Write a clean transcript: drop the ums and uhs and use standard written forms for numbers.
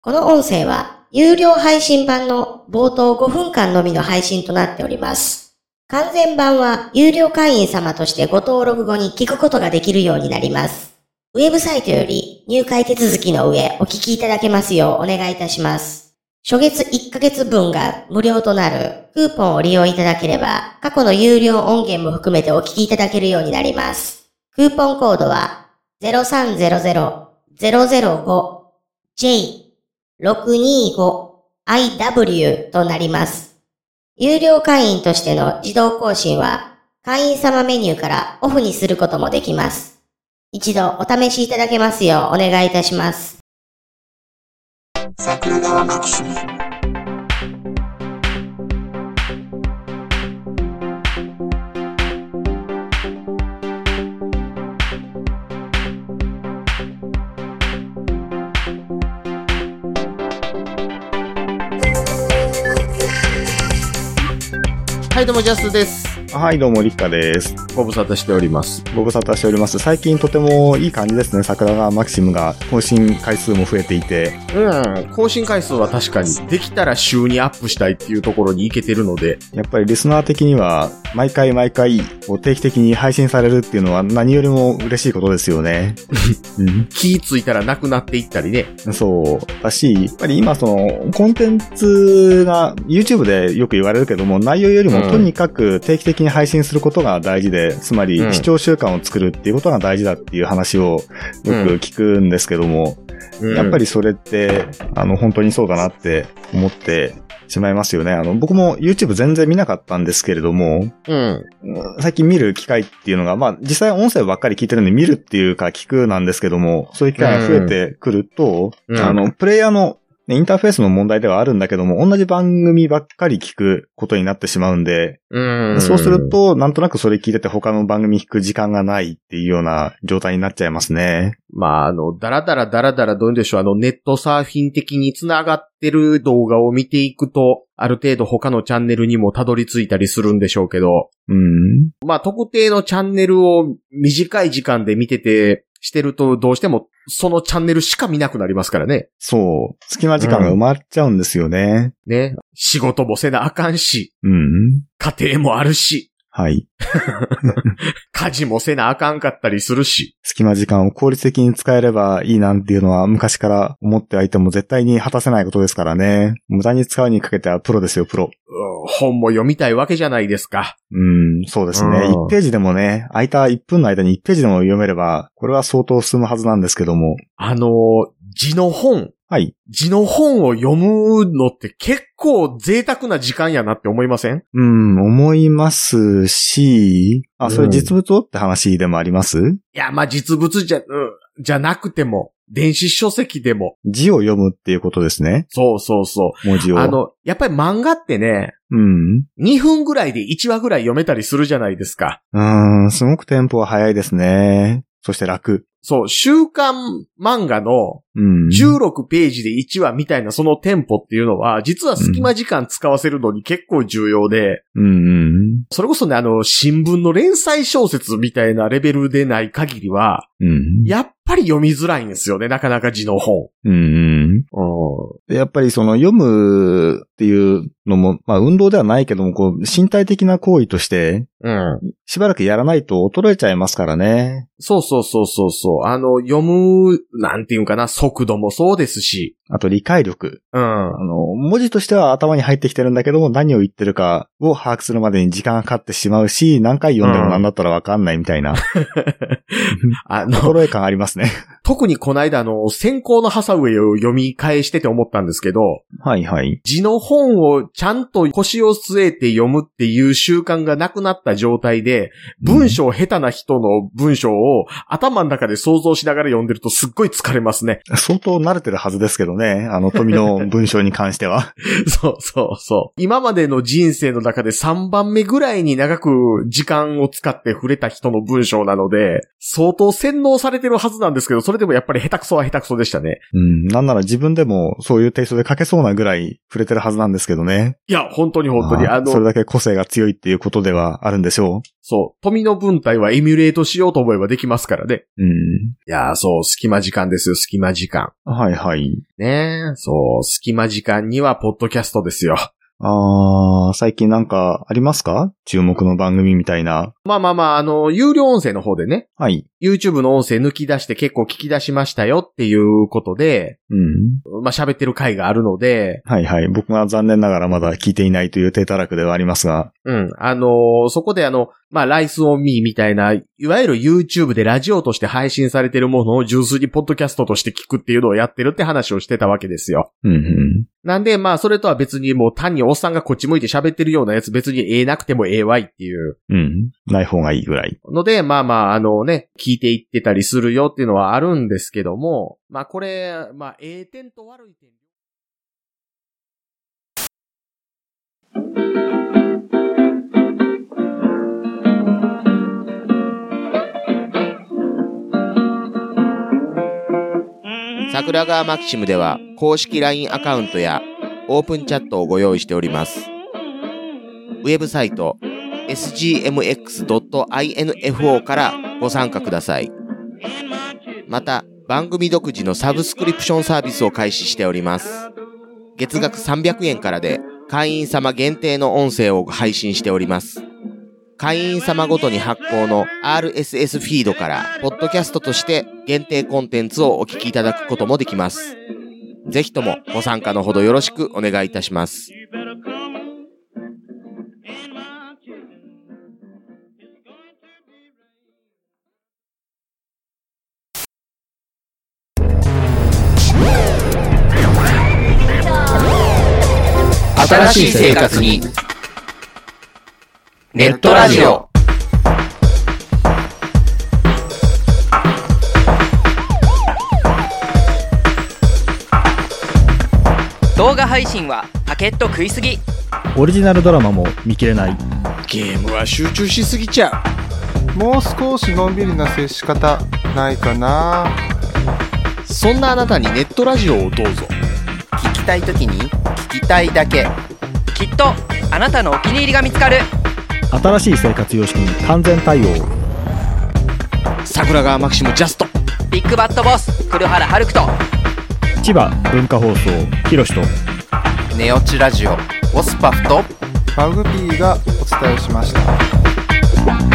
この音声は有料配信版の冒頭5分間のみの配信となっております。完全版は有料会員様としてご登録後に聞くことができるようになります。ウェブサイトより入会手続きの上お聞きいただけますようお願いいたします。初月1ヶ月分が無料となるクーポンを利用いただければ過去の有料音源も含めてお聞きいただけるようになります。クーポンコードは 0300-005J625IW となります。有料会員としての自動更新は会員様メニューからオフにすることもできます。一度お試しいただけますようお願いいたします。 桜川マキシム。 はいどうもジャスです。 はい、どうも、リッカです。 ご無沙汰しております。 ご無沙汰しております。最近とてもいい感じですね。桜川マキシムが更新回数も増えていて。 更新回数は確かに、できたら週にアップしたいっていうところに行けてるので。 やっぱりリスナー的には、毎回定期的に配信されるっていうのは何よりも嬉しいことですよね。 気ついたらなくなっていったりね。 そう。だし、やっぱり今その、コンテンツが YouTube でよく言われるけども、内容よりもとにかく定期的に配信することが大事で、つまり視聴習慣を作るっていうことが大事だっていう話をよく聞くんですけども、やっぱりそれって、本当にそうだなって思ってしまいますよね。僕も YouTube 全然見なかったんですけれども、最近見る機会っていうのが、実際音声ばっかり聞いてるんで見るっていうか聞くなんですけども、そういう機会が増えてくると、プレイヤーのインターフェースの問題ではあるんだけども、同じ番組ばっかり聞くことになってしまうんで、そうすると、なんとなくそれ聞いてて他の番組聞く時間がないっていうような状態になっちゃいますね。 だらだらどういうんでしょう、ネットサーフィン的に繋がってる動画を見ていくと、ある程度他のチャンネルにもたどり着いたりするんでしょうけど、特定のチャンネルを短い時間で見てて、してるとどうしてもそのチャンネルしか見なくなりますからね。 そう。隙間時間が埋まっちゃうんですよね。 ね。仕事もせなあかんし。家庭もあるし。 はい。 家事もせなあかんかったりするし。 隙間時間を効率的に使えればいいなんていうのは昔から思ってはいても絶対に果たせないことですからね。無駄に使うにかけてはプロですよ、プロ。 本も読みたいわけじゃないですか。 そうですね。1ページでもね、空いた1分の間に1ページでも読めれば、これは相当進むはずなんですけども。 字の本。 はい。 字の本を読むのって結構贅沢な時間やなって思いません？ 思いますし、それ実物をって話でもあります？ いや、実物じゃなくても、電子書籍でも。 字を読むっていうことですね。 そう。 文字を。 やっぱり漫画ってね、2分ぐらいで1話ぐらい読めたりするじゃないですか。 すごくテンポは早いですね。そして楽。 そう、週刊漫画の16ページで1話みたいなそのテンポっていうのは、実は隙間時間使わせるのに結構重要で、それこそね、新聞の連載小説みたいなレベルでない限りは、やっぱり読みづらいんですよね、なかなか字の本。 やっぱりその読むっていうのも、運動ではないけども、身体的な行為として、しばらくやらないと衰えちゃいますからね。 そう。読む、なんていうんかな、速度もそうですし。 あと理解力。文字としては頭に入ってきてるんだけども、何を言ってるかを把握するまでに時間がかかってしまうし、何回読んでも何だったらわかんないみたいな。衰え感ありますね。 特にこの間先行のハサウェイを読み返してて思ったんですけど、字の本をちゃんと腰を据えて読むっていう習慣がなくなった状態で、文章下手な人の文章を頭の中で想像しながら読んでるとすっごい疲れますね。 相当慣れてるはずですけどね、富の文章に関しては。 そう。今までの人生の中で3番目ぐらいに長く時間を使って触れた人の文章なので、相当洗脳されてるはずなんですけど、それでもやっぱり下手くそは下手くそでしたね。 なんなら自分でもそういうテイストで書けそうなぐらい触れてるはずなんですけどね。 いや、本当に。 それだけ個性が強いっていうことではあるんでしょう。 そう。富の分体はエミュレートしようと思えばできますからね。いやー、そう、隙間時間ですよ、隙間時間。 はいはい。 ねえ、そう、隙間時間にはポッドキャストですよ。 最近なんかありますか？注目の番組みたいな。 まあ、有料音声の方でね。 はい。 YouTube の音声抜き出して結構聞き出しましたよっていうことで、まあ喋ってる回があるので。 はいはい。僕が残念ながらまだ聞いていないという低たらくではありますが。 そこでまあ、ライスオンミーみたいな、いわゆる YouTube でラジオとして配信されてるものを純粋にポッドキャストとして聞くっていうのをやってるって話をしてたわけですよ。なんで、まあ、それとは別にもう単におっさんがこっち向いて喋ってるようなやつ別になくてもわいっていう。 ない方がいいぐらい。 ので、まあ、聞いていってたりするよっていうのはあるんですけども、まあ、これ、まあ、点と悪い点。桜川マキシムでは公式 LINE アカウントやオープンチャットをご用意しております。ウェブサイト sgmx.info からご参加ください。また、番組独自のサブスクリプションサービスを開始しております。月額300円からで会員様限定の音声を配信しております。会員様ごとに発行の RSS フィードから、ポッドキャストとして限定コンテンツをお聞きいただくこともできます。ぜひともご参加のほどよろしくお願いいたします。 新しい生活にネットラジオ。 動画配信はパケット食いすぎ。 オリジナルドラマも見切れない。 ゲームは集中しすぎちゃう。もう少しのんびりな接し方ないかな。 そんなあなたにネットラジオをどうぞ。 聞きたいときに聞きたいだけ。 きっとあなたのお気に入りが見つかる。 新しい生活様式に完全対応。 桜川マキシムジャスト。 ビッグバットボス黒原遥人。 千葉文化放送ひろしとネオチラジオオスパフとマグピーがお伝えしました。